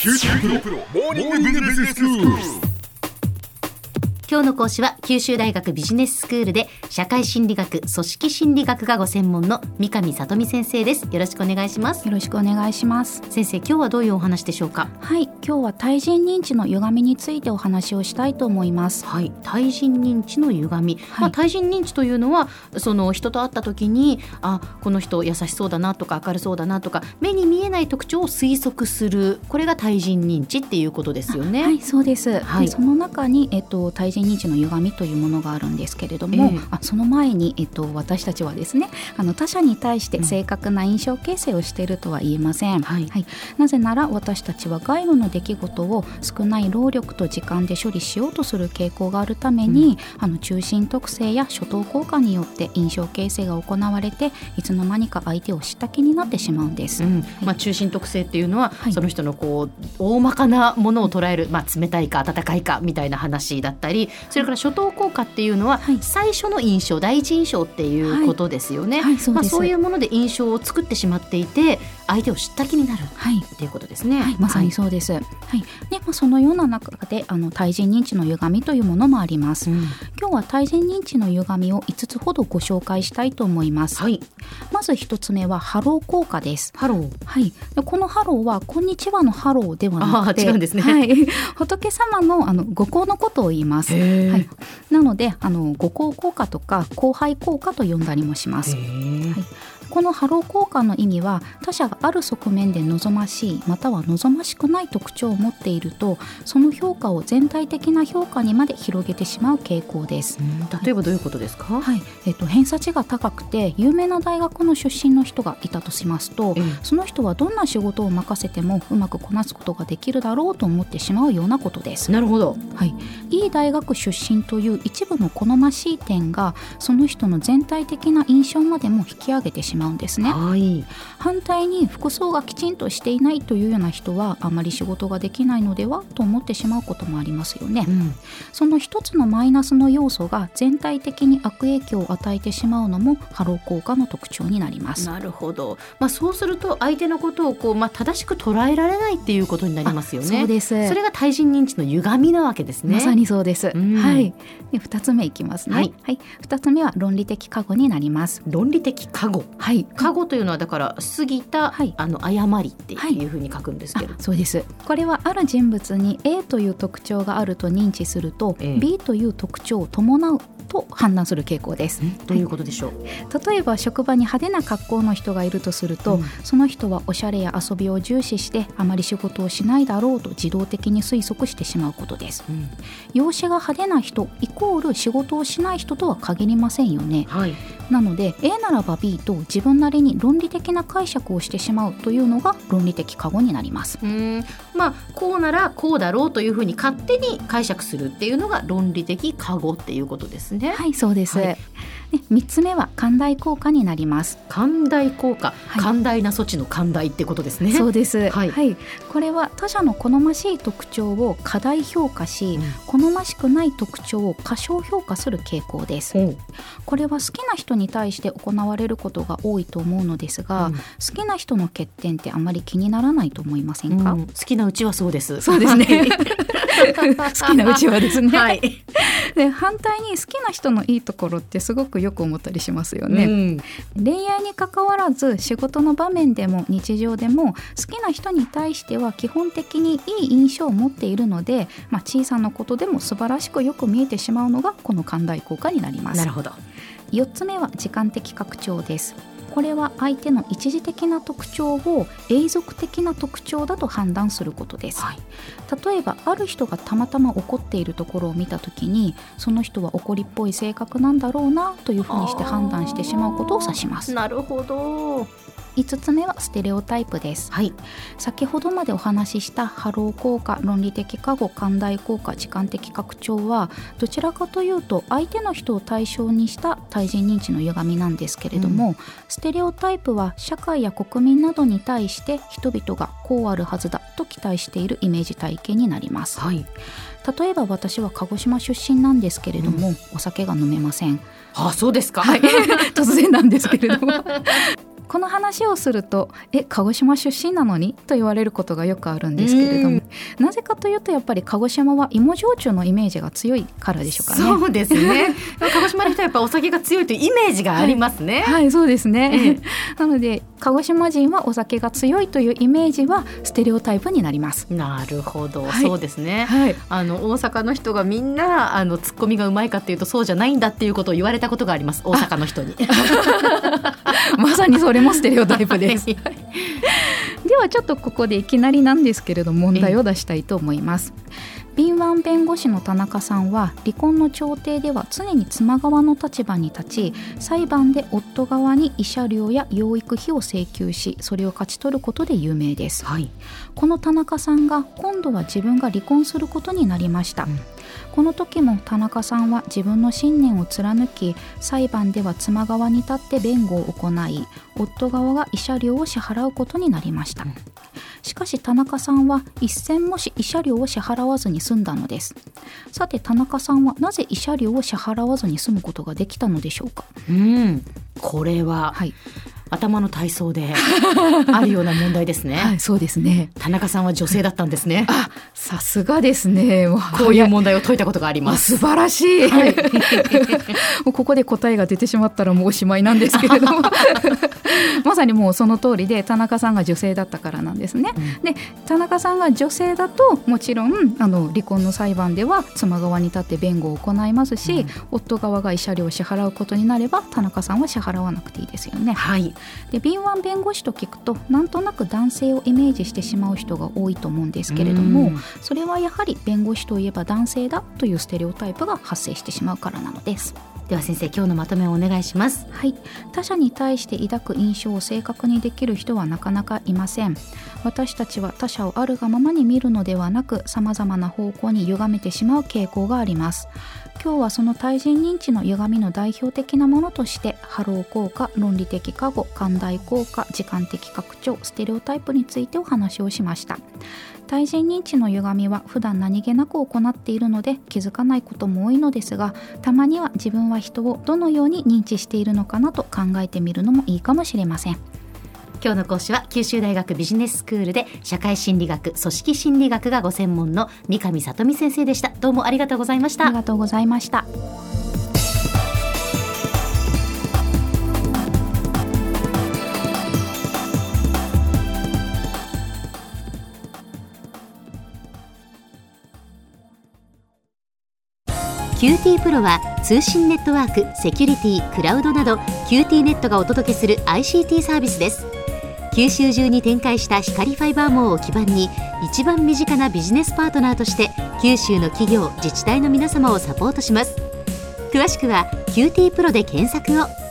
九州大学モーニングビジネススクール。 今日の講師は九州大学ビジネススクールで社会心理学、組織心理学がご専門の三上里美先生です。よろしくお願いします。 よろしくお願いします。 先生、今日はどういうお話でしょうか？ はい、今日は対人認知の歪みについてお話をしたいと思います。 はい、対人認知の歪み、対人認知というのはその人と会った時にこの人優しそうだなとか明るそうだなとか目に見えない特徴を推測する、これが対人認知っていうことですよね。 はい、そうです。 はい、 その中に、対人認知の歪みというものがあるんですけれども、その前に、私たちはですね、他者に対して正確な印象形成をしているとは言えません。はいはい、なぜなら私たちは外部の出来事を少ない労力と時間で処理しようとする傾向があるために、中心特性や初等効果によって印象形成が行われて、いつの間にか相手を知った気になってしまうんです。 中心特性っていうのは、その人の大まかなものを捉える、冷たいか温かいかみたいな話だったり、それから初等効果っていうのは、最初の印象、第一印象っていうことですよね。そういうもので印象を作ってしまっていて、相手を知った気になるっていうことですね。 まさにそうです。で、そのような中で対人認知の歪みというものもあります。今日は対人認知の歪みを5つほどご紹介したいと思います。まず1つ目はハロー効果です。 ハロー、 このハローはこんにちはのハローではなくて、 違うんですね。 仏様のご香のことを言います。なのでご香効果とか交配効果と呼んだりもします。このハロー効果の意味は、他者がある側面で望ましいまたは望ましくない特徴を持っていると、その評価を全体的な評価にまで広げてしまう傾向です。 例えばどういうことですか？ 偏差値が高くて有名な大学の出身の人がいたとしますと、その人はどんな仕事を任せてもうまくこなすことができるだろうと思ってしまうようなことです。 なるほど。 いい大学出身という一部の好ましい点が、その人の全体的な印象までも引き上げてしまうんですね。反対に服装がきちんとしていないというような人は、あまり仕事ができないのではと思ってしまうこともありますよね。その一つのマイナスの要素が全体的に悪影響を与えてしまうのもハロー効果の特徴になります。 なるほど。そうすると相手のことを正しく捉えられないっていうことになりますよね。 そうです。 それが対人認知の歪みなわけですね。 まさにそうです。で、2つ目いきますね。2つ目は論理的過誤になります。 論理的過誤。過誤というのはだから過ぎた、誤りっていうふうに書くんですけど、 そうです。これはある人物に A という特徴があると認知すると、B という特徴を伴うと判断する傾向です。 どういうことでしょう？ 例えば職場に派手な格好の人がいるとすると、その人はおしゃれや遊びを重視してあまり仕事をしないだろうと自動的に推測してしまうことです。容姿が派手な人イコール仕事をしない人とは限りませんよね。なので A ならば B と自分なりに論理的な解釈をしてしまうというのが論理的過誤になります。 こうならこうだろうというふうに勝手に解釈するっていうのが論理的過誤っていうことですね。 そうです。3つ目は寛大効果になります。 寛大効果、寛大な措置の寛大ってことですね。 そうです。これは他者の好ましい特徴を過大評価し、好ましくない特徴を過小評価する傾向です。これは好きな人に対して行われることが多いと思うのですが、好きな人の欠点ってあまり気にならないと思いませんか？ 好きなうちはそうです。 そうですね。好きなうちはですね。で、反対に好きな人のいいところってすごくよく思ったりしますよね。恋愛に関わらず仕事の場面でも日常でも好きな人に対しては基本的にいい印象を持っているので、小さなことでも素晴らしくよく見えてしまうのがこの寛大効果になります。 なるほど。 4つ目は時間的拡張です。これは相手の一時的な特徴を永続的な特徴だと判断することです。例えばある人がたまたま怒っているところを見たときに、その人は怒りっぽい性格なんだろうなというふうにして判断してしまうことを指します。 なるほど。 5つ目はステレオタイプです。先ほどまでお話ししたハロー効果、論理的過誤、寛大効果、時間的拡張はどちらかというと相手の人を対象にした対人認知の歪みなんですけれども、ステレオタイプは社会や国民などに対して人々がこうあるはずだと期待しているイメージ体系になります。例えば私は鹿児島出身なんですけれども、お酒が飲めません。 そうですか。 突然なんですけれどもこの話をすると鹿児島出身なのにと言われることがよくあるんですけれども、なぜかというとやっぱり鹿児島は芋焼酎のイメージが強いからでしょうかね。 そうですね鹿児島の人はやっぱお酒が強いというイメージがありますね。 はい、そうですね、なので鹿児島人はお酒が強いというイメージはステレオタイプになります。 なるほど、 はい、 そうですね、 はい、 大阪の人がみんなツッコミがうまいかっていうとそうじゃないんだっていうことを言われたことがあります、大阪の人にまさにそれもステレオタイプですではちょっとここでいきなりなんですけれども問題を出したいと思います。敏腕弁護士の田中さんは離婚の調停では常に妻側の立場に立ち、裁判で夫側に慰謝料や養育費を請求し、それを勝ち取ることで有名です、はい、この田中さんが今度は自分が離婚することになりました、この時も田中さんは自分の信念を貫き、裁判では妻側に立って弁護を行い、夫側が慰謝料を支払うことになりました、しかし田中さんは一銭も慰謝料を支払わずに済んだのです。さて田中さんはなぜ慰謝料を支払わずに済むことができたのでしょうか。 これは、はい、頭の体操であるような問題ですねはい、そうですね。 田中さんは女性だったんですね。 あ、さすがですね。 こういう問題を解いたことがあります。 素晴らしい、はい、もうここで答えが出てしまったらもうおしまいなんですけれどもまさにもうその通りで、田中さんが女性だったからなんですね、で田中さんが女性だともちろん離婚の裁判では妻側に立って弁護を行いますし、夫側が慰謝料を支払うことになれば田中さんは支払わなくていいですよね。はい、で敏腕弁護士と聞くとなんとなく男性をイメージしてしまう人が多いと思うんですけれども、それはやはり弁護士といえば男性だというステレオタイプが発生してしまうからなのです。 では先生、今日のまとめをお願いします。 はい、他者に対して抱く印象を正確にできる人はなかなかいません。私たちは他者をあるがままに見るのではなく、様々な方向に歪めてしまう傾向があります。今日はその対人認知の歪みの代表的なものとして、ハロー効果、論理的過誤、寛大効果、時間的拡張、ステレオタイプについてお話をしました。対人認知の歪みは普段何気なく行っているので気づかないことも多いのですが、たまには自分は人をどのように認知しているのかなと考えてみるのもいいかもしれません。 今日の講師は九州大学ビジネススクールで社会心理学、組織心理学がご専門の三上里美先生でした。どうもありがとうございました。 ありがとうございました。 QT プロは通信ネットワーク、セキュリティ、クラウドなど QT ネットがお届けする ICT サービスです。九州中に展開した光ファイバー網を基盤に、一番身近なビジネスパートナーとして九州の企業、自治体の皆様をサポートします。詳しくは QT プロで検索を。